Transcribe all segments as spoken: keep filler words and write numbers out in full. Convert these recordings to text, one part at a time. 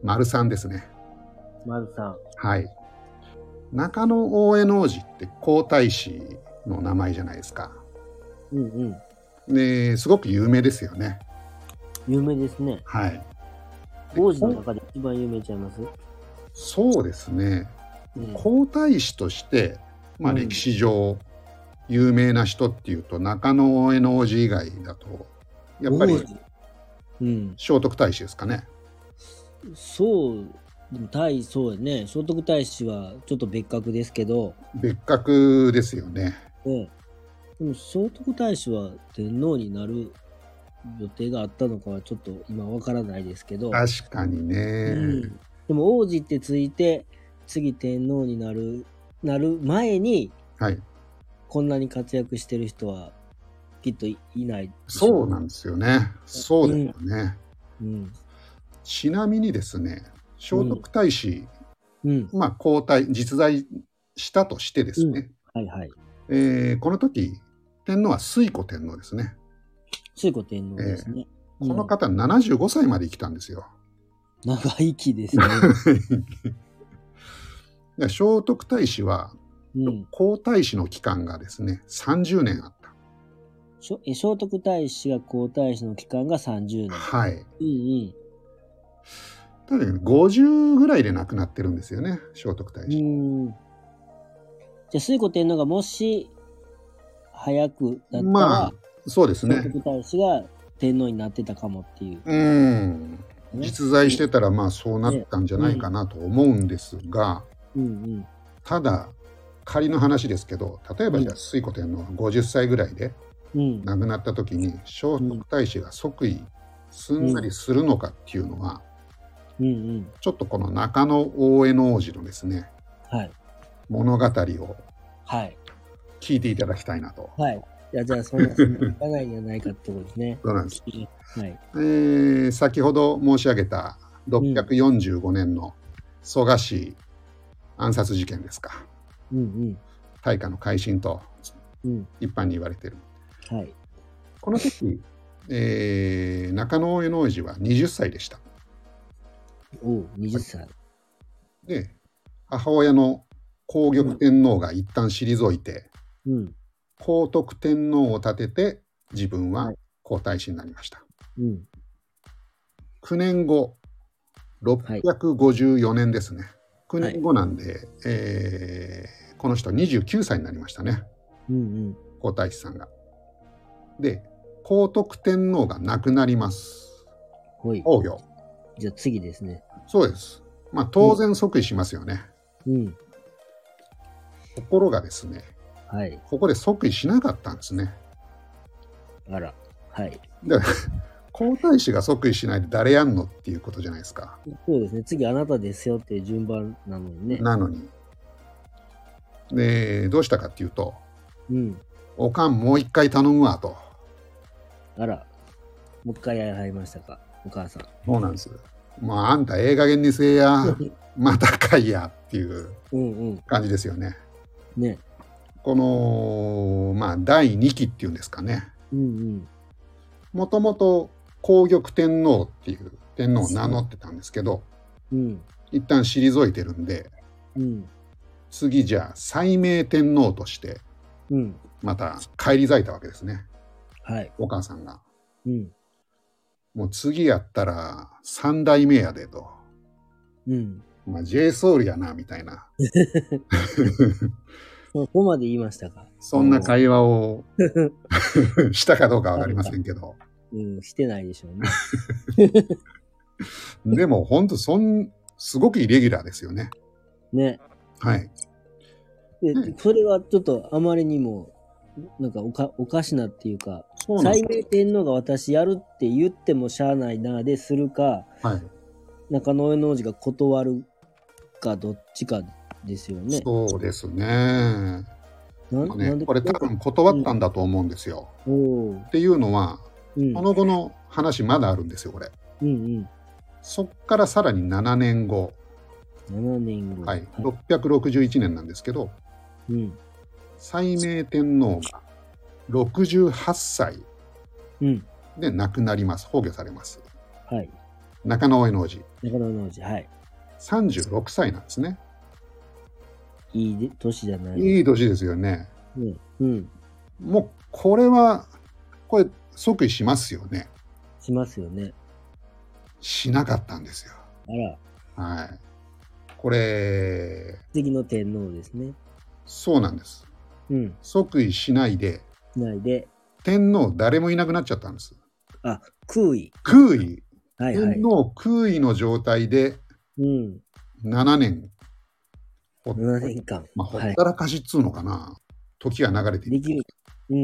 丸さんですね。 丸さん。 はい。中野大江の王子って皇太子の名前じゃないですか。 うんうん。 で、すごく有名ですよね。 有名ですね。 はい。 王子の中で一番有名ちゃいます？ そうですね。 うん、 皇太子として、まあ、歴史上有名な人っていうと、中野大江の王子以外だとやっぱりうん、 聖徳太子ですかね。 そうでも太そうやね。聖徳太子はちょっと別格ですけど、 別格ですよね。 ね、でも聖徳太子は天皇になる予定があったのかはちょっと今わからないですけど、 確かにね、 うん、でも王子ってついて次天皇になるなる前に、 はい、 こんなに活躍してる人はきっと い, いないでしょ。 そうなんですよね。そうですよね。 うんうん、 ちなみにですね、聖徳太子、 うん、 まあ皇太実在したとしてですね、 うん、はいはい。 えー、この時天皇は推古天皇ですね。 推古天皇ですね。 えー、この方ななじゅうごさいまで生きたんですよ。 長生きですね。 聖徳太子は、うん、皇太子の期間がですねさんじゅうねんあった。 聖徳太子が皇太子の期間がさんじゅうねん。 はい。うんうん。 ただごじゅうぐらいで亡くなってるんですよね、聖徳太子。 うん。じゃあ推古天皇がもし早くだったら、 まあそうですね。 聖徳太子が天皇になってたかもっていう。 うん。実在してたらまあそうなったんじゃないかなと思うんですが、 うんうん、 ただ仮の話ですけど、例えばじゃあ推古天皇がごじゅっさいぐらいで亡くなった時に聖徳太子が即位すんなりするのかっていうのは、うんうん、ちょっとこの中野大江の王子のですね、はい、物語を聞いていただきたいなと。 はい。いやじゃあそんなそんな考えじゃないかってことですね。 そうなんです。 はい。 えー、先ほど申し上げたろっぴゃくよんじゅうごねんの蘇我氏暗殺事件ですか。うんうん、大化の改新と一般に言われている。うん、はい。この時、えー、中野大江の王子ははたちでした。おう、はたち。で、母親の皇玉天皇が一旦退いて、うん、皇徳天皇を立てて自分は皇太子になりました。うん、きゅうねんご、ろっぴゃくごじゅうよねんですね。はい、きゅうねんごなんで、はい、えー、この人はにじゅうきゅうさいになりましたね。うんうん、皇太子さんが。で、皇徳天皇が亡くなります。崩御。 じゃあ次ですね。 そうです。まあ当然即位しますよね。うん。ところがですね、はい、ここで即位しなかったんですね。あら、はい。で、皇太子が即位しないで誰やんのっていうことじゃないですか。 そうですね。次あなたですよっていう順番なのにね。 なのに。で、どうしたかっていうと、うん、おかんもう一回頼むわと。 あら、もう一回やりましたか、お母さん。 そうなんです。まあ、あんたええ加減にせえや、またかいやっていう感じですよね。うんうん、ね。この、まあ、だいにきっていうんですかね。もともと皇玉天皇っていう天皇を名乗ってたんですけど、うん、一旦退いてるんで、うん、次じゃあ斉明天皇として、また返り咲いたわけですね。はい、お母さんが。うん、もう次やったら三代目やでと。うん、まあ J ソウルやなみたいな。 そこまで言いましたか。 そんな会話をしたかどうかわかりませんけど。 うん、してないでしょうね。 でも本当そんすごくイレギュラーですよね。 ね。はい。で、ね、それはちょっとあまりにもなんかおかおかしなっていうか、斉明天皇が私やるって言ってもしゃあないなでするか、はい、中野大江の王子が断るかどっちかですよね。 そうですね。なねこれ多分断ったんだと思うんですよ。うん、っていうのは、うん、その後の話まだあるんですよこれ。うんうん、そっからさらにななねんご。 ななねんご。 はい。ろっぴゃくろくじゅういちねんなんですけど、うん、斉明天皇がろくじゅうはっさいで亡くなります。崩御されます。はい。 中野大江の王子。 中野の王子、はい。 さんじゅうろくさいなんですね。 いい年じゃない。 いい年ですよね。 うん。うん。 もう、これは、これ、即位しますよね。 しますよね。 しなかったんですよ。 あら。 はい。これ、 次の天皇ですね。 そうなんです。 うん。 即位しないで、 しないで、 天皇誰もいなくなっちゃったんです。 あ、空位。 空位。 はいはい。 天皇空位の状態で、 うん。 ななねん。 ななねんかん。 まあ、ほったらかしっつうのかな。はい、時が流れていく。できる。うんうん。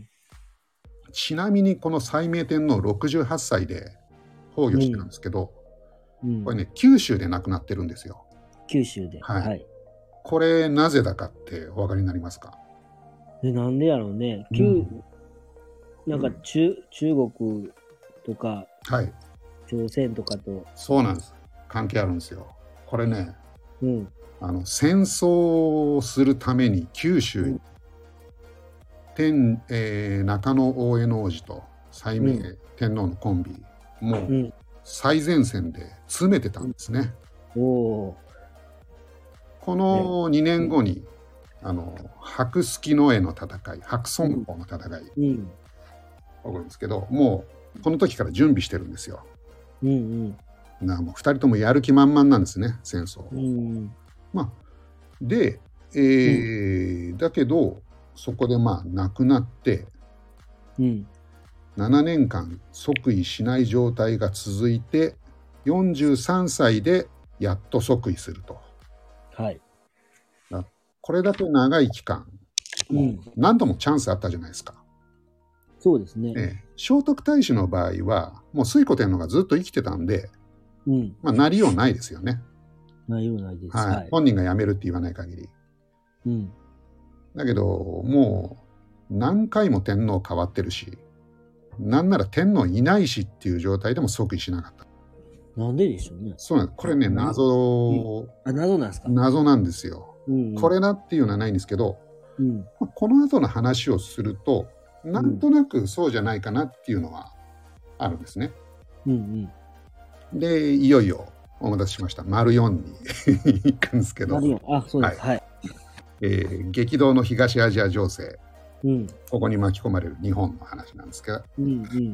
ちなみにこの斉明天皇ろくじゅうはっさいで崩御してるんですけど、うん、これね、九州で亡くなってるんですよ。 九州で。 はい。はい、これなぜだかってお分かりになりますか？ え、なんでやろうね。九、うん、なんか中、うん、中国とか、 はい、 朝鮮とかと。 そうなんです。関係あるんですよ。これね、 うん、 あの戦争をするために九州に、うん、天、えー、中野大江の王子と斉明天皇のコンビ、うん、もう最前線で詰めてたんですね。 うん、おこのにねんごに、うん、あの白月の絵の戦い、白村江の戦い、うん、起こるんですけど、もうこの時から準備してるんですよ。 うんうん、 なもうふたりともやる気満々なんですね、戦争を。 うん、 まあ、で、えーうん、だけどそこでまあ亡くなって、うん、ななねんかん即位しない状態が続いてよんじゅうさんさいでやっと即位すると。 はい。 これだけ長い期間、うん、何度もチャンスあったじゃないですか。 そうですね。 ええ、聖徳太子の場合はもう推古天皇がずっと生きてたんで、うん、まあなりようないですよね。 なりようないです。 はい。はい、本人が辞めるって言わない限り。うん。だけどもう何回も天皇変わってるし、なんなら天皇いないしっていう状態でも即位しなかった。 なんででしょうね。 そうなんです。これね、謎、 あ、謎なんですか？ 謎なんですよ。うんうん、これだっていうのはないんですけど、うん、この後の話をすると、なんとなくそうじゃないかなっていうのはあるんですね。うんうん、で、いよいよお待たせしました。丸よんに行くんですけど、 丸よん、あ、そうです。はい。はい、 えー、激動の東アジア情勢、うん、ここに巻き込まれる日本の話なんですけど、うんうん、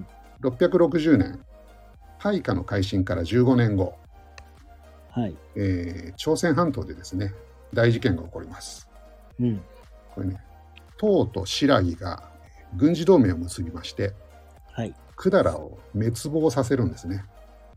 ろっぴゃくろくじゅうねん、大化の改新からじゅうごねんご、はいえー、朝鮮半島でですね、大事件が起こります。うん、これね、唐と新羅が軍事同盟を結びまして、はい、百済を滅亡させるんですね。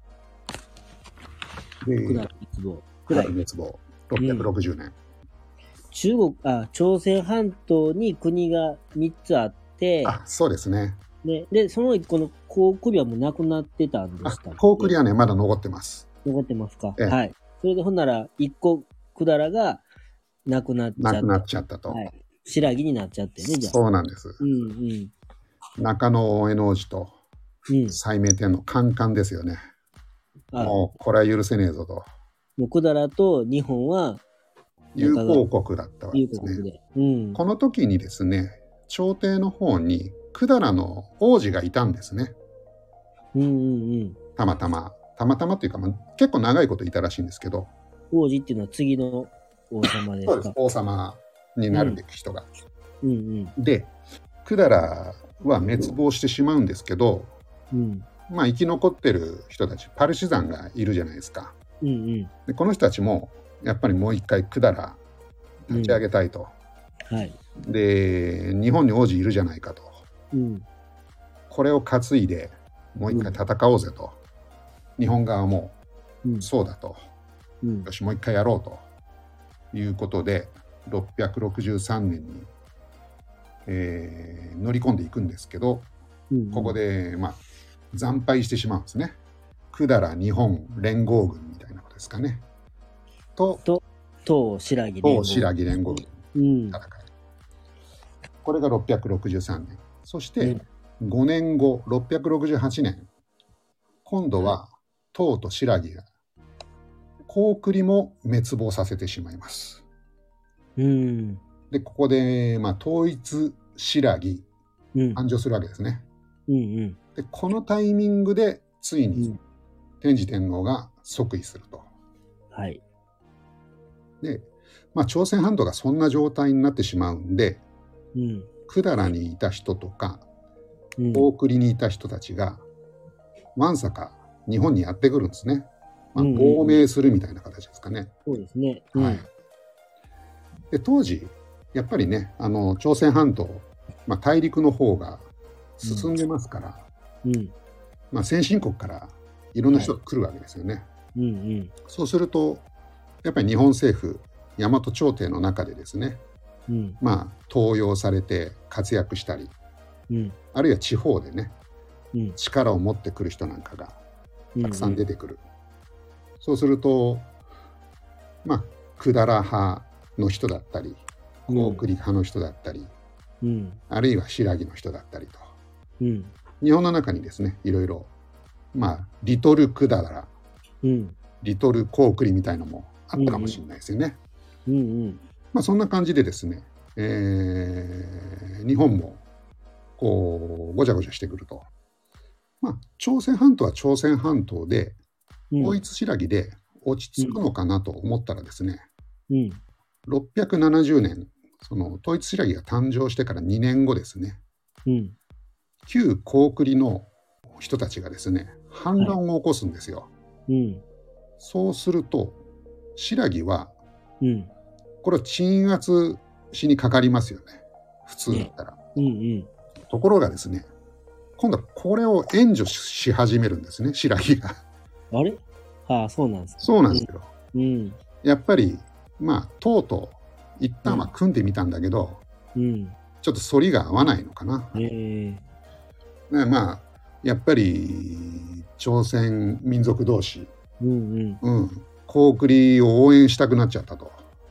で、百済滅亡。百済滅亡。ろっぴゃくろくじゅうねん。うん、 中国、あ、朝鮮半島に国がみっつあって、 あ、そうですね。 で、でそのいっこの高句麗はもうなくなってたんですか、ね？ 高句麗はね、まだ残ってます。 残ってますか。はい。それでほんなら、いっこ百済がなくなっちゃった。 なくなっちゃったと。はい、 新羅になっちゃってね、じゃあ。 そうなんです。うんうん、中野大江の王子と斉明天皇、カンカンですよね。もうこれは許せねえぞと。 もう百済と日本は友好国だったわけですね。うん、この時にですね、朝廷の方に百済の王子がいたんですね。うんうんうん、たまたま。たまたまっていうか、まあ、結構長いこといたらしいんですけど。 王子っていうのは次の王様ですか？ そうです。王様になるべき人が。 うんうんうん、で、 百済は滅亡してしまうんですけど、うん、まあ生き残ってる人たち、パルチザンがいるじゃないですか。うんうん、でこの人たちもやっぱりもう一回百済立ち上げたいと。うん、はい、で日本に王子いるじゃないかと。うん、これを担いでもう一回戦おうぜと。うん、日本側もそうだと。うん、よしもう一回やろうということでろっぴゃくろくじゅうさんねんに、えー、乗り込んでいくんですけど、うんうん、ここでまあ惨敗してしまうんですね。百済日本連合軍みたいなことですかね。と、 唐新羅連合軍。唐新羅連合軍の戦い、うん。これがろっぴゃくろくじゅうさんねん。そしてごねんご、ろっぴゃくろくじゅうはちねん。今度は唐と新羅が高句麗も滅亡させてしまいます。うん、でここで、まあ、統一新羅誕生するわけですね。うんうん、でこのタイミングでついに天智天皇が即位すると。 はい。 で、まあ、朝鮮半島がそんな状態になってしまうんで、うん、百済にいた人とか、大栗にいた人たちが、わんさか日本にやってくるんですね。まあ、亡命するみたいな形ですかね。 そうですね。 はい。で、当時、やっぱりね、あの、朝鮮半島、まあ、大陸の方が進んでますから、うんうん、まあ、先進国からいろんな人が来るわけですよね。はいうんうん、そうすると、やっぱり日本政府、大和朝廷の中でですね、うん、まあ、登用されて活躍したり、うん、あるいは地方でね、うん、力を持ってくる人なんかがたくさん出てくる。うんうん、そうすると、まあ、百済派の人だったり、高栗派の人だったり、うん、あるいは新羅の人だったりと、うん、日本の中にですね、いろいろ、まあ、リトル百済、うん、リトル高栗みたいのもあったかもしれないですよね。うんうん、まあ、そんな感じでですね、えー、日本もこうごちゃごちゃしてくると、まあ、朝鮮半島は朝鮮半島で、統一新羅で落ち着くのかなと思ったらですね、うん、ろっぴゃくななじゅうねん、その統一新羅が誕生してからにねんごですね、うん、旧高栗の人たちがですね、反乱を起こすんですよ。はいうん、そうすると、新羅は、うん、これは鎮圧しにかかりますよね、普通だったら。うんうん、ところがですね、今度はこれを援助し始めるんですね、新羅が。 あれああ、そうなんですか。 そうなんですよ。うん、やっぱり、まあ、とうとう一旦は組んでみたんだけど、うん、ちょっと反りが合わないのかな。えー、ね、まあ、やっぱり朝鮮民族同士、うんうんうん、高栗を応援したくなっちゃったと。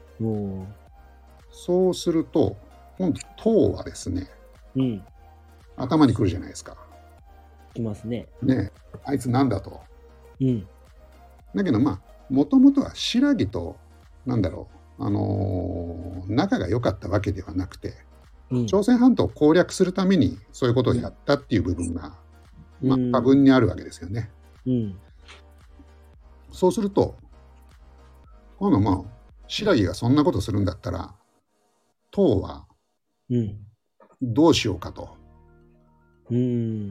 そうすると、今度、唐はですね、うん、頭にくるじゃないですか。 きますね。 ね、あいつなんだと。うん、だけどまあもともとは新羅となんだろう、あのー、仲が良かったわけではなくて、うん、朝鮮半島を攻略するためにそういうことをやったっていう部分が、うん、まあ、多分にあるわけですよね。うん、そうすると今度まあ新羅がそんなことするんだったら唐はどうしようかと、うん、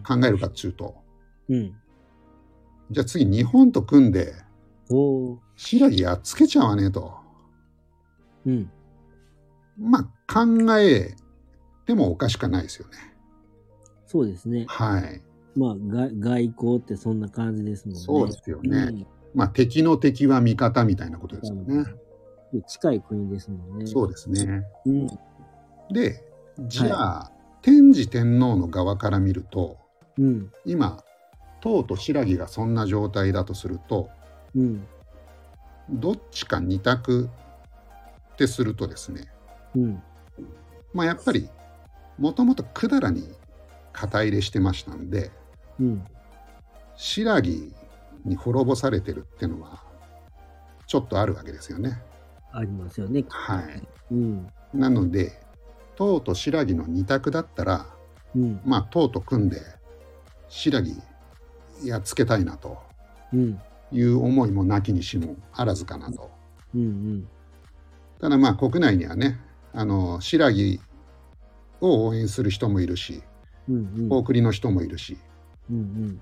考えるかっちゅうと、うん、じゃあ次日本と組んで新羅やっつけちゃわねえと、うん、まあ考えてもおかしくないですよね。 そうですね。 はい。 まあ外交ってそんな感じですもんね。 そうですよね。うん、まあ敵の敵は味方みたいなことですよね。 近い国ですもんね。 そうですね。うん、で、じゃあ、はい、天智天皇の側から見ると、うん、今唐と新羅がそんな状態だとすると、うん、どっちか二択ってするとですね、うん、まあやっぱりもともと百済に肩入れしてましたんで、うん、新羅に滅ぼされてるっていうのはちょっとあるわけですよね。 ありますよね。 はい。うん、なので唐と新羅の二択だったら、うん、まあ唐と組んで新羅やっつけたいなという思いもなきにしもあらずかなと。うんうん、ただまあ国内にはね、あの新羅を応援する人もいるし、高栗の人もいるし、うんうん、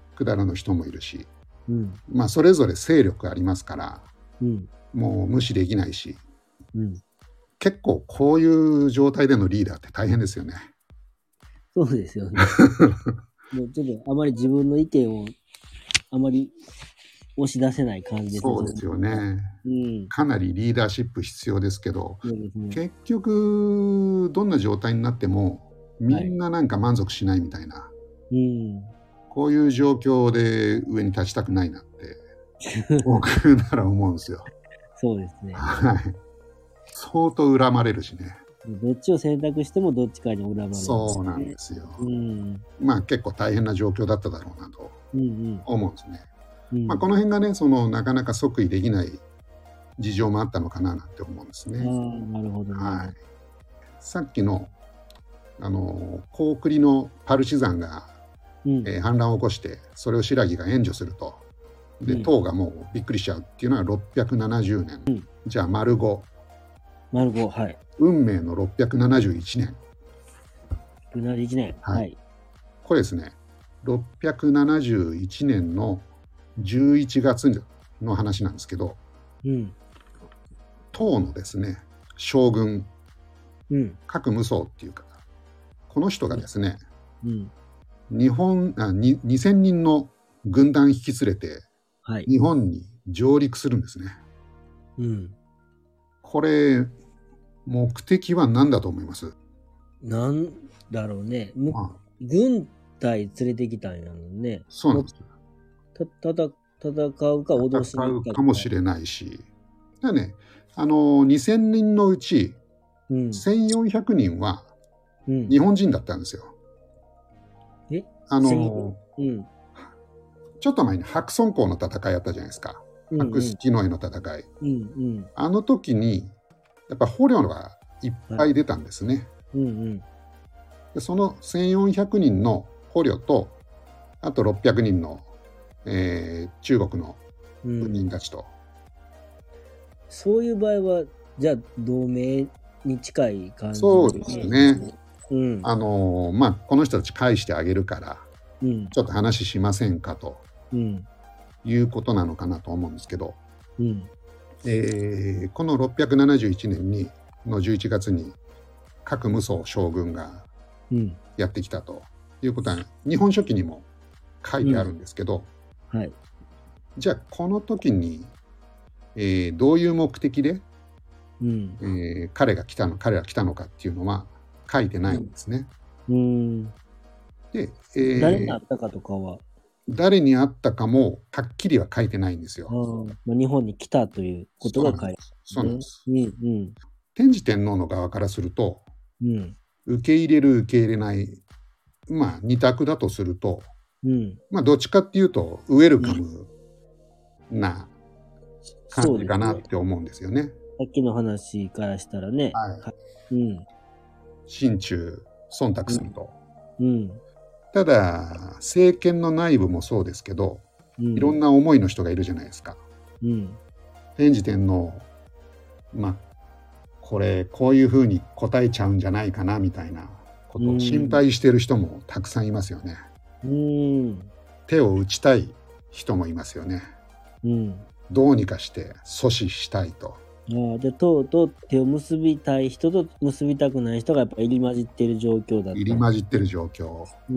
百済の人もいるし、うん、まあそれぞれ勢力ありますから、うん、もう無視できないし、うん、結構こういう状態でのリーダーって大変ですよね。 そうですよね。もうちょっとあまり自分の意見をあまり押し出せない感じですね。 そうですよね、うん、かなりリーダーシップ必要ですけど、ね、結局どんな状態になってもみんななんか満足しないみたいな、はい、うん、こういう状況で上に立ちたくないなって僕なら思うんですよ。 そうですね。 はい。相当恨まれるしね。 どっちを選択してもどっちかに恨まれる、ね。 そうなんですよ。うん、まあ結構大変な状況だっただろうなと思うんですね。うんうん、まあこの辺がね、そのなかなか即位できない事情もあったのかななんて思うんですね。 ああ、なるほどね。はい。 さっきのあの高栗のパルチザンが、うん、えー、反乱を起こしてそれを新羅が援助するとで、うん、唐がもうびっくりしちゃうっていうのはろっぴゃくななじゅうねん、うん、じゃあ丸ご丸ご、はい、 運命のろっぴゃくななじゅういちねんろっぴゃくななじゅういちねん、はい、はい、 これですねろっぴゃくななじゅういちねんのじゅういちがつの話なんですけど、うん、唐のですね将軍、うん、郭武宗っていうかこの人がですね、うんうん、日本あににせんにんの軍団引き連れて、はい、日本に上陸するんですね、うん、これ目的は何だと思います？ なんだろうね、ああ軍隊連れてきたんやのね。 そうなんですよ。 たた戦うか脅しに行ったかもしれないし、だね、あのにせんにんのうち、うん、せんよんひゃくにんは日本人だったんですよ。うん、えあの、うん、ちょっと前に白村江の戦いあったじゃないですか。うんうん、白月の絵の戦い、うんうん。あの時にやっぱ捕虜がいっぱい出たんですね。はい、うんうん、でそのせんよんひゃくにんの捕虜とあとろっぴゃくにんの、えー、中国の部人たちと、うん、 そういう場合はじゃあ同盟に近い感じ、 そうですね、うん、あのー、まあこの人たち返してあげるから、うん、ちょっと話しませんかと、うん、いうことなのかなと思うんですけど、うん、えー、このろっぴゃくななじゅういちねんにのじゅういちがつに郭武宗将軍がやってきたということは、うん、日本書紀にも書いてあるんですけど、うんはい、じゃあこの時に、えー、どういう目的で、うんえー、彼が来たの彼が来たのかっていうのは書いてないんですね。うん、 で、えー、誰に会ったかとかは誰に会ったかもはっきりは書いてないんですよ。 あ、まあ、日本に来たということが書いてある、ね。 そうなんです。うんうん、天智天皇の側からすると、うん、受け入れる受け入れないまあ二択だとすると、うん、まあどっちかっていうとウェルカムな感じかなって思うんですよね。 さっきの話からしたらね、はいうん、 心中忖度すると、うんうん、ただ政権の内部もそうですけど、うん、いろんな思いの人がいるじゃないですか。うん、天智天皇まあこれこういうふうに答えちゃうんじゃないかなみたいなことを心配してる人もたくさんいますよね。うん、手を打ちたい人もいますよね。うん、どうにかして阻止したいと。 あでとうとう手を結びたい人と結びたくない人がやっぱ入り混じってる状況だった。 入り混じってる状況、うん、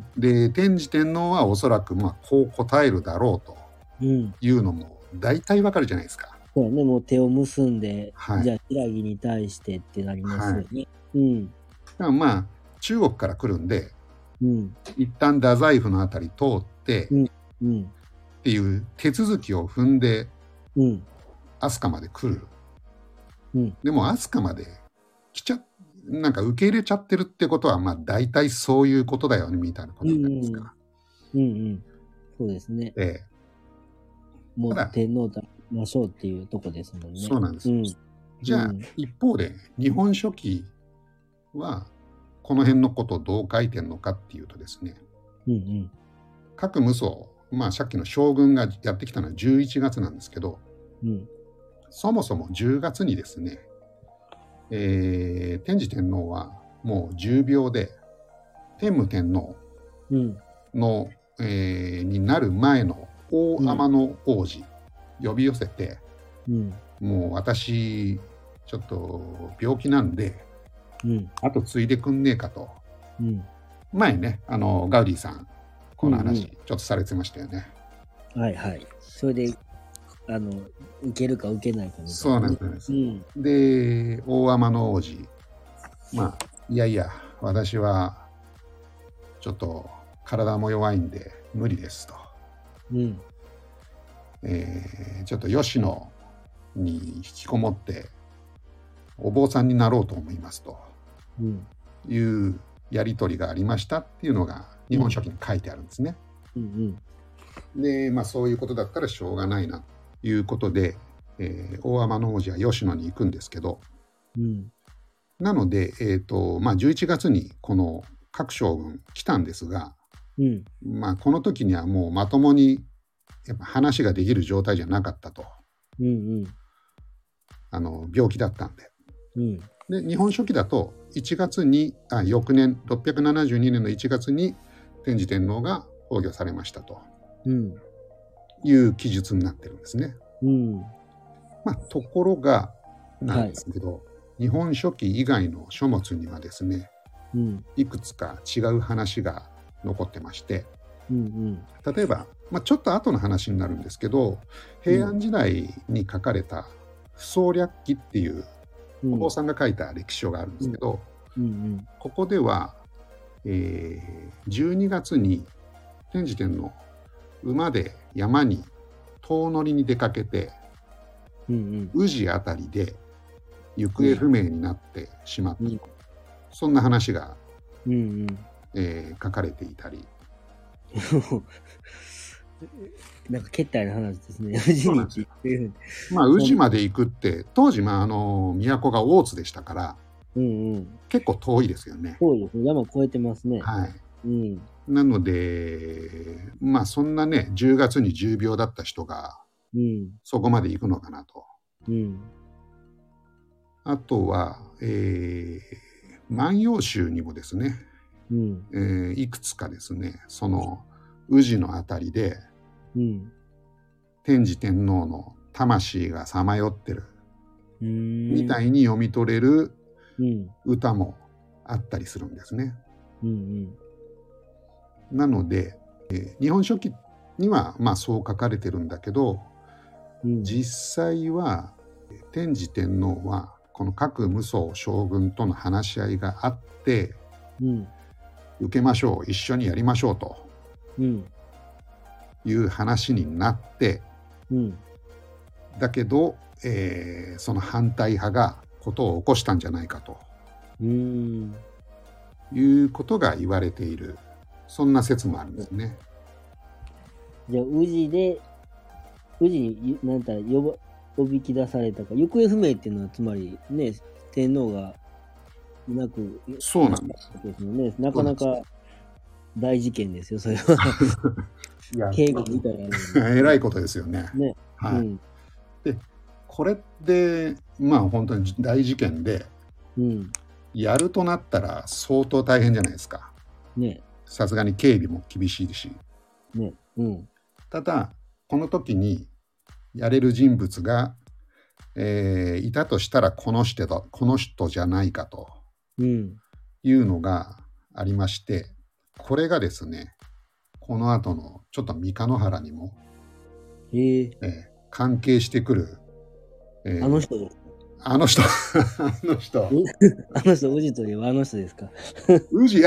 で天智天皇はおそらくまあこう答えるだろうというのも大体わかるじゃないですか。 そうね、もう手を結んで、はい、じゃあ平木に対してってなりますよね。はいうん、 だからまあ中国から来るんで、うん、一旦太宰府のあたり通って、うんうん、っていう手続きを踏んで、うん、飛鳥まで来る、うん、でも飛鳥まで来ちゃなんか受け入れちゃってるってことはまあ大体そういうことだよねみたいなことじゃないですか。 うんうん、うんうん、そうですね。ええ、もう天皇だましょうっていうとこですもんね。 そうなんです。うん、じゃあ、うん、一方で日本書紀はこの辺のことをどう書いてるのかっていうとですね、うんうん、郭武宗、まあさっきの将軍がやってきたのはじゅういちがつなんですけど、うん、そもそもじゅうがつにですね、えー、天智天皇はもう重病で天武天皇の、うんえー、になる前の大天の王子、うん、呼び寄せて、うん、もう私ちょっと病気なんで、うん、あと継いでくんねえかと、うん、前ねあのガウディさんこの話ちょっとされてましたよね。 うんうん、はいはい。それであの受けるか受けないかみたいな。 そうなんです、うん、で大天の王子まあいやいや私はちょっと体も弱いんで無理ですと、うんえー、ちょっと吉野に引きこもってお坊さんになろうと思いますというやり取りがありましたっていうのが日本書紀に書いてあるんですね。うんうん、でまあそういうことだったらしょうがないなということで、えー、大天の王子は吉野に行くんですけど、うん、なので、えーとまあ、じゅういちがつにこの郭将軍来たんですが、うんまあ、この時にはもうまともにやっぱ話ができる状態じゃなかったと。 うんうん、 あの病気だったんで。 うん、 で日本書紀だといちがつにあ翌年ろっぴゃくななじゅうにねんのいちがつに天智天皇が崩御されましたと、うん、いう記述になってるんですね。うん、まあ、ところがなんですけど、はい、日本書紀以外の書物にはですね、うん、いくつか違う話が残ってまして、うんうん、例えば、まあ、ちょっと後の話になるんですけど、平安時代に書かれた不総略記っていうお坊さんが書いた歴史書があるんですけど、うんうんうん、ここでは、えー、じゅうにがつに天智天皇馬で山に遠乗りに出かけて、うんうん、宇治あたりで行方不明になってしまった、うん、そんな話が、うんうんえー、書かれていたりなんかけったいな話ですね。宇治に行ってまあ宇治まで行くって当時、まあ、あの都が大津でしたから、うんうん、結構遠いですよね。 そうですね、山越えてますね。 はい、うん、なのでまあそんなねじゅうがつに重病だった人が、うん、そこまで行くのかなと。うん、あとは、えー、万葉集にもですね、うんえー、いくつかですねその宇治のあたりで、うん、天智天皇の魂がさまよってるみたいに読み取れる歌もあったりするんですね。うんうん、なので、えー、日本書紀にはまあそう書かれてるんだけど、うん、実際は天智天皇はこの各無双将軍との話し合いがあって、うん、受けましょう一緒にやりましょうと、うん、いう話になって、うん、だけど、えー、その反対派がことを起こしたんじゃないかと、うん、いうことが言われている、そんな説もあるんですね。 じゃあ宇治で宇治に何だ呼ばおびき出されたか、行方不明っていうのはつまりね天皇がいなくそうなんですですね。なかなか大事件ですよそれはいや警護みたいなえらいことですよね。ね、はい、うん、でこれってまあ本当に大事件で、うん、やるとなったら相当大変じゃないですか。ね、さすがに警備も厳しいし、ねうん、ただこの時にやれる人物が、えー、いたとしたらこの人だこの人じゃないかと、うん、いうのがありまして、これがですねこの後のちょっと三日野原にも、えーえー、関係してくる、 えー、あの人ですあの人あの人あの人宇治といえばあの人ですか宇治や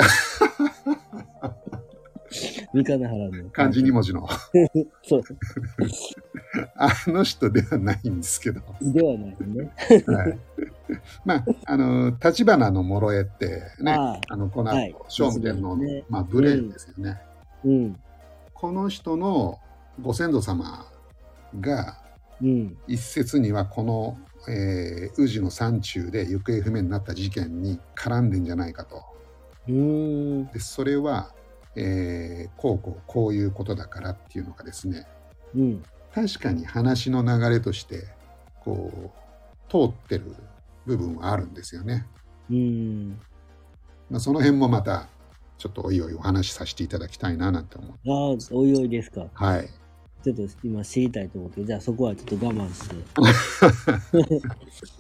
三日野原の漢字に文字のそうあの人ではないんですけどではないね、 はい、まああの立花の諸江ってね あ, あのこの後聖武天皇の、ねまあ、無礼ですよね、うんうん、この人のご先祖様が、うん、一説にはこの、えー、宇治の山中で行方不明になった事件に絡んでんじゃないかと。うーんでそれは、えー、こうこうこういうことだからっていうのがですね、うん、確かに話の流れとしてこう通ってる部分はあるんですよね。うんまあ、その辺もまたちょっとおいおいお話しさせていただきたいななんて思って。 ああ、おいおいですか。 はい。 ちょっと今知りたいと思って、じゃあそこはちょっと我慢して。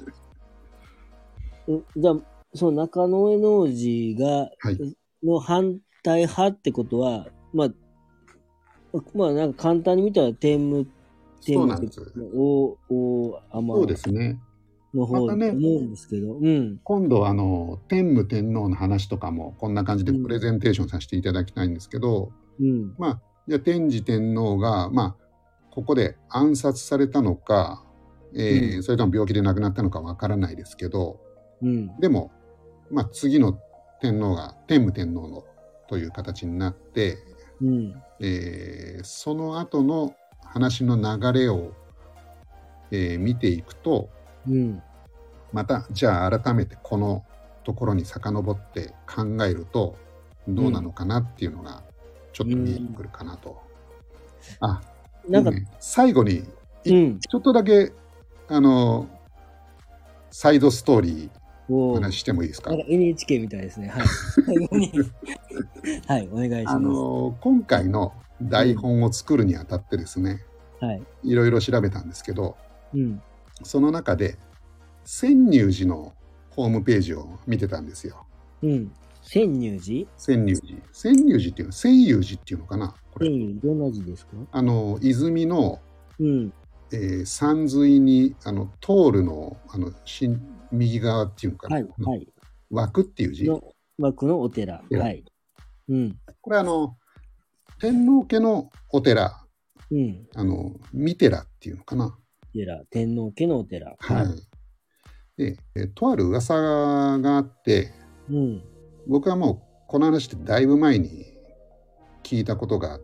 じゃあ、その中野上皇子が、はい、の反対派ってことは、まあ、まあなんか簡単に見たら天武天武って大大天そうですね。 の方だと思うんですけど、またね、うん、 今度あの天武天皇の話とかもこんな感じでプレゼンテーションさせていただきたいんですけど、うん、まあじゃあ天智天皇がまあここで暗殺されたのか、えーうん、それとも病気で亡くなったのかわからないですけど、うん、でもまあ次の天皇が天武天皇のという形になって、うんえー、その後の話の流れを、えー、見ていくと、うん、またじゃあ改めてこのところに遡って考えるとどうなのかなっていうのがちょっと見えてくるかなと。うん、あなんか、 ね、最後に、 うん、 ちょっとだけあのサイドストーリーお話してもいいですか？ なんか エヌエイチケー みたいですね。はい。はい、お願いします。 あの今回の台本を作るにあたってですね、 はい、 いろいろ調べたんですけど、 うん、 その中で泉入寺のホームページを見てたんですよ。 うん。泉入寺？ 泉入寺。泉入寺っていうのは泉涌寺っていうのかな、これ。 泉どんな字ですか？ あの泉の、 うんえー、山水にあの通るのあのし右側っていうのかな、 はいはい、 枠っていう字の枠のお寺。はい。うん。 これあの天皇家のお寺、 うん。 あの三寺っていうのかな。 寺、天皇家のお寺。 はい。で、えとある噂があって、 うん、 僕はもうこの話ってだいぶ前に聞いたことがあって、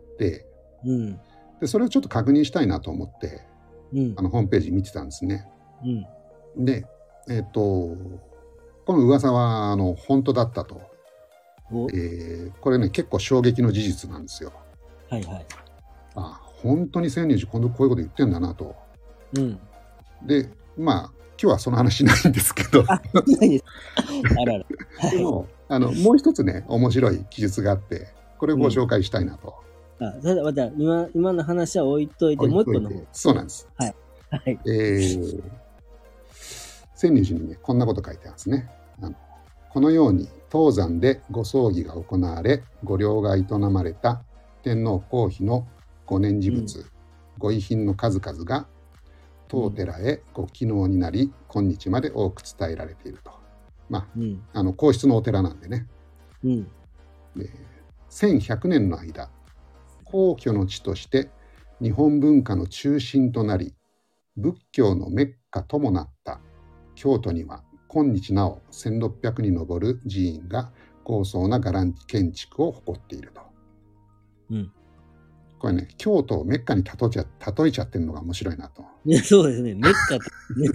うん、 でそれをちょっと確認したいなと思って、 うん、 あのホームページ見てたんですね。 うん、 で、えっとこの噂はあの本当だったと。えー、これね結構衝撃の事実なんですよ。 はいはい。 あ、本当に泉入寺今度こういうこと言ってんだなと。 うん。 で、まあ今日はその話ないんですけど。 あ、ないです。あらら。 はい、でもあのもう一つね面白い記述があって、これをご紹介したいなと。 うん、あ、ただまた今今の話は置いといて、もう一個の方。 そうなんです。 はい。はい。 えー、泉入寺にねこんなこと書いてあるんですね。あのこのように東山でご葬儀が行われ、御陵が営まれた天皇皇妃のご念持物、うん、ご遺品の数々が当寺へご寄納になり、今日まで多く伝えられていると。まあ、うん、あの皇室のお寺なんでね。うん、でせんひゃくねんの間、皇居の地として日本文化の中心となり、仏教のメッカともなった京都には、今日なおせんろっぴゃくに上る寺院が高層な伽藍建築を誇っていると。うん、これね、京都をメッカに例えちゃ、例えちゃってるのが面白いなと。 いや、そうですね、メッカって、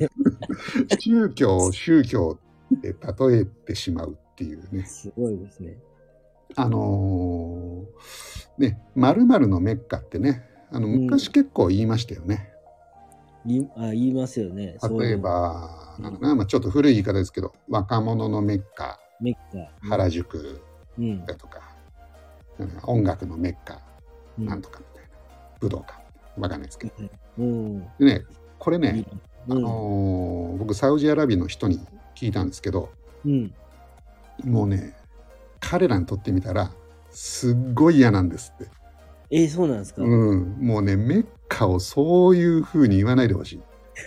ね。 宗教を宗教って例えてしまうっていうね。 すごいですね。 あのー、ね、〇〇のメッカってね、あの昔結構言いましたよね。 うん、あ、言いますよね。 例えば、ういうなんかな、まあ、ちょっと古い言い方ですけど、若者のメッカ、 メッカ、 原宿だとか、うん、音楽のメッカ、うん、なんとかみたいな、武道館、わかんないですけど。うん、でね、これね、うん、あのー、僕、サウジアラビアの人に聞いたんですけど、うん、もうね、彼らにとってみたら、すっごい嫌なんですって。 えー、そうなんですか？ うん、もうね、メッカをそういうふうに言わないでほしい。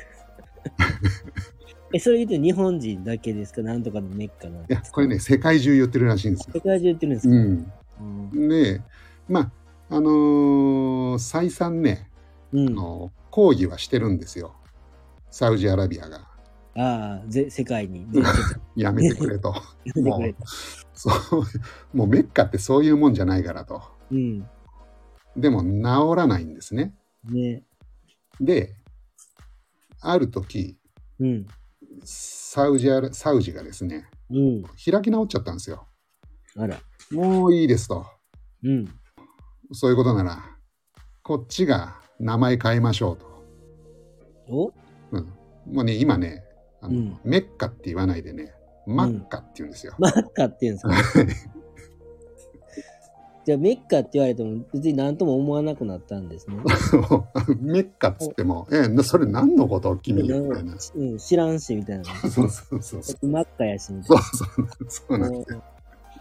え、それ言うと日本人だけですか？なんとかのメッカなんですか？ いや、これね、世界中言ってるらしいんですよ。 世界中言ってるんですか？ うん。で、まあ、あのー、再三ね、うん、あの抗議はしてるんですよ。サウジアラビアが。 ああ、ぜ世界に。 やめてくれと。もう、そう、もうメッカってそういうもんじゃないからと。うん。でも治らないんですね。ね。で、ある時、うん、サウジアラ、サウジがですね、うん、開き直っちゃったんですよ。あら。もういいですと。うん。そういうことなら、こっちが名前変えましょうと。お、うん、もうね、今ね、あの、うん、メッカって言わないでね、マッカって言うんですよ。 うん、マッカって言うんですか？じゃあメッカって言われても別に何とも思わなくなったんですね。 メッカっつっても、え、それ何のこと君みたいな。 うん、知らんしみたいな。 そうそうそうそう。 マッカやしみたいな。 そうそうそうなんですよ。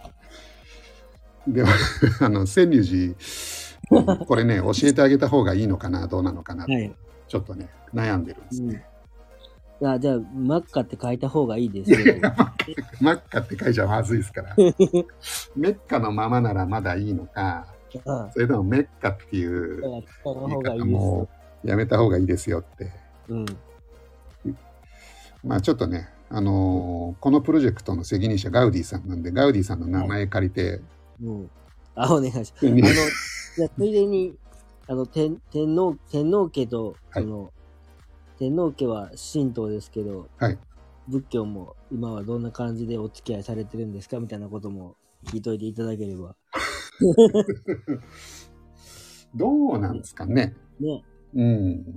でもあの泉入寺これね教えてあげた方がいいのかなどうなのかなって、はい、ちょっとね悩んでるんですね。 うん、あ、じゃあマッカって書いた方がいいですけど。 マッカって書いちゃまずいですから。メッカのままならまだいいのか、ああ、それともメッカっていう言い方もやめた方がいいですよって。うん、まあちょっとね、あのー、このプロジェクトの責任者ガウディさんなんで、ガウディさんの名前借りて、はい、 うん、あ、お願いします。あの、じゃついでに、あの、天、天皇、天皇家と、その、はい、天皇家は神道ですけど、はい、仏教も今はどんな感じでお付き合いされてるんですかみたいなことも聞いといていただければ。 どうなんですかね。 ね。 うん。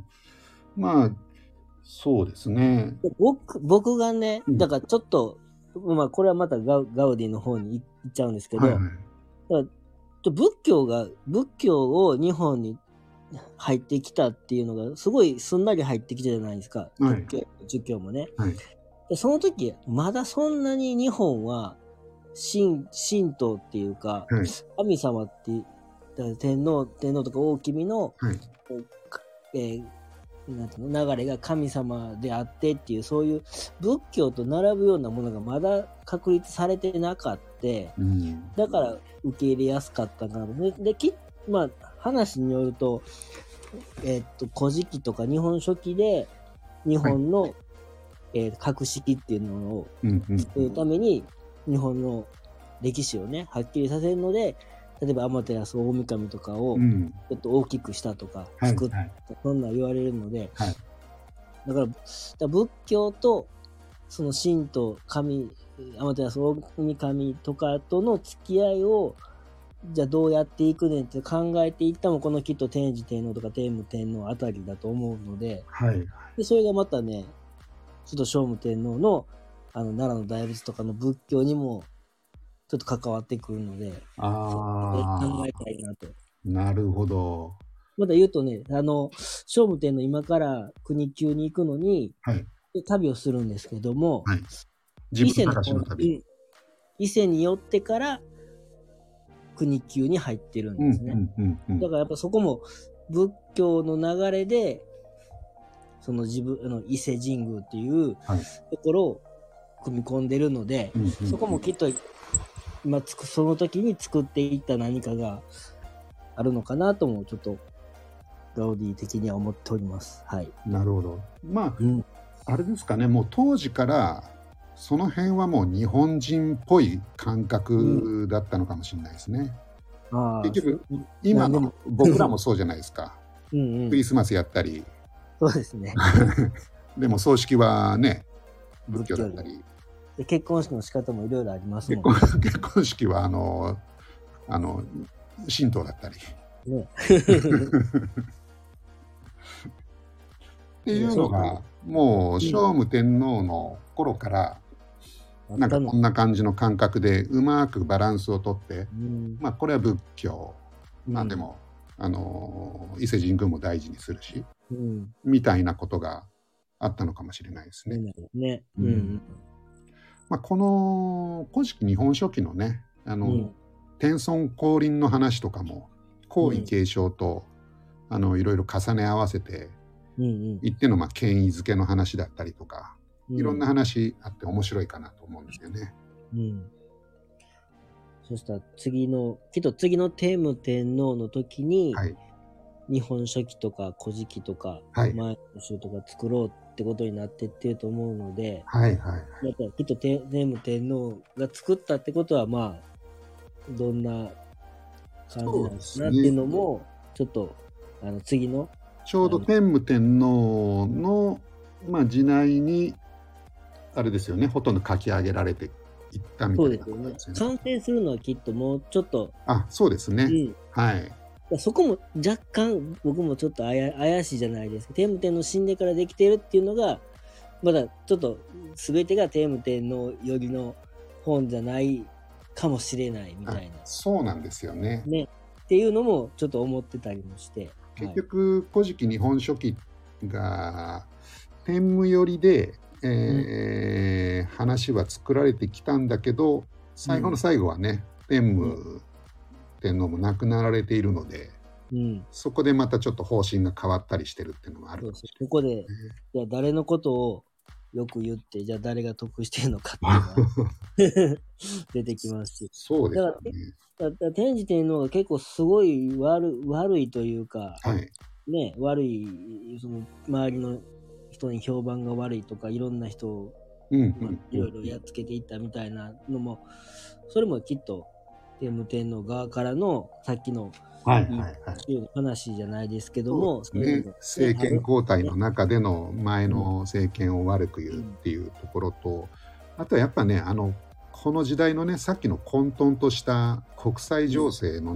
まあ、そうですね。 僕、僕がね、だからちょっと、うん、まあこれはまたガウ、ガウディの方に行っちゃうんですけど、はいはい、だから仏教が、仏教を日本に入ってきたっていうのがすごいすんなり入ってきたじゃないですか。はい、仏教、儒教もね、はい。でその時、まだそんなに日本は神、神道っていうか、はい、神様って、天皇、天皇とか大君の、はい、えーなんていうの、流れが神様であってっていう、そういう仏教と並ぶようなものがまだ確立されてなかった。うん、だから受け入れやすかったな。で、できまあ、話によると、えー、っと、古事記とか日本書紀で日本の、はい、えー、格式っていうのを作るために、日本の歴史をね、はっきりさせるので、例えば天照大神とかをちょっと大きくしたとか、うん、作った、はいはい、そんな言われるので、はい、だから仏教とその神と神、天照大神とかとの付き合いをじゃあどうやっていくねんって考えていったのもこのきっと天智天皇とか天武天皇あたりだと思うので、はい、でそれがまたね、ちょっと聖武天皇のあの奈良の大仏とかの仏教にもちょっと関わってくるので、あ考えたいなと。 なるほど。 まだ言うとね、あの、聖武天皇今から国宮に行くのに、はい、旅をするんですけども、はい、 自分探しの旅。 伊勢に寄ってから国宮に入ってるんですね。うんうんうんうん、だからやっぱそこも仏教の流れで、その自分の伊勢神宮っていうところを組み込んでるので、はい、そこもきっとまあ、その時に作っていった何かがあるのかなともちょっとガウディ的には思っております。はい。 なるほど。まあ、うん、あれですかね、もう当時からその辺はもう日本人っぽい感覚だったのかもしれないですね。うん、結局今の僕らもそうじゃないですか。うん、うん、クリスマスやったり。 そうですね。 でも葬式はね、仏教だったり。 で結婚式の仕方もいろいろありますもんね。結婚、結婚式はあのあの神道だったり、ね、っていうのがもう聖武天皇の頃からなんかこんな感じの感覚でうまくバランスをとって、うん、まあこれは仏教、まあでも、うん、あの伊勢神宮も大事にするし、うん、みたいなことがあったのかもしれないですね。ね、うんうんまあ、この古事記日本書紀のね、あの、うん、天孫降臨の話とかも皇位継承と、うん、あのいろいろ重ね合わせていっての、まあ、権威づけの話だったりとか、うん、いろんな話あって面白いかなと思うんですよね。うん、 そしたら次のきっと次の天武天皇の時に、はい、日本書紀とか古事記とか、はい、前の書とか作ろうってことになってってると思うので、はいはいはい、やっぱきっと天武天皇が作ったってことはまあどんな感じなのかなっていうのも、ね、ちょっとあの次のちょうど天武天皇の、まあ、時代にあれですよね、ほとんど書き上げられていったみたいな、ね、 そうですよね。完成するのはきっともうちょっとあそうですね、うん、はいそこも若干僕もちょっとあや怪しいじゃないですか。天武天皇死んでからできてるっていうのがまだちょっと全てが天武天皇よりの本じゃないかもしれないみたいな。 そうなんですよね。 ねっていうのもちょっと思ってたりもして。 結局、はい、古事記日本書紀が天武寄りで、えーうん、話は作られてきたんだけど最後の最後はね、うん、天武、うん天皇も亡くなられているので、うん、そこでまたちょっっと方針が変わったりしてるっていうのもあるかもしれない。 ここで、じゃあ誰のことをよく言って、じゃあ誰が得してるのかっていうのが出てきますし。 そうですね。 だから天智天皇が結構すごい悪悪いというか、はい、ね、悪い、その周りの人に評判が悪いとか、いろんな人を、うんうんまあ、いろいろやっつけていったみたいなのも、それもきっと、天武天皇側からのさっきの話じゃないですけども、 ね、政権交代の中での前の政権を悪く言うっていうところと、うん、あとはやっぱねあのこの時代のねさっきの混沌とした国際情勢のね、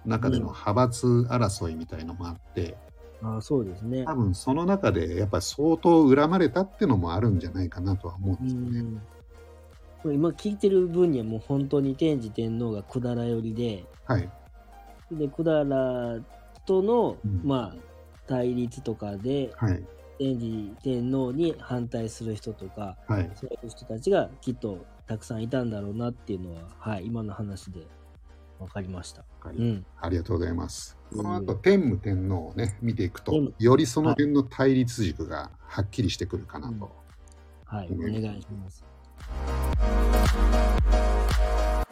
中での派閥争いみたいのもあって、 うん、あそうですね。 多分その中でやっぱり相当恨まれたってのもあるんじゃないかなとは思うんですよね。うんこれ今聞いてる分にはもう本当に天智天皇が百済寄りで、 はい、 で百済との、うん、まあ対立とかで、はい、天智天皇に反対する人とか、はい、そういう人たちがきっとたくさんいたんだろうなっていうのは、はい、今の話で分かりました。 はい、うん、ありがとうございます。この後、天武天皇をね見ていくと、よりその辺の対立軸がはっきりしてくるかなと、 はい、はい、お願いします。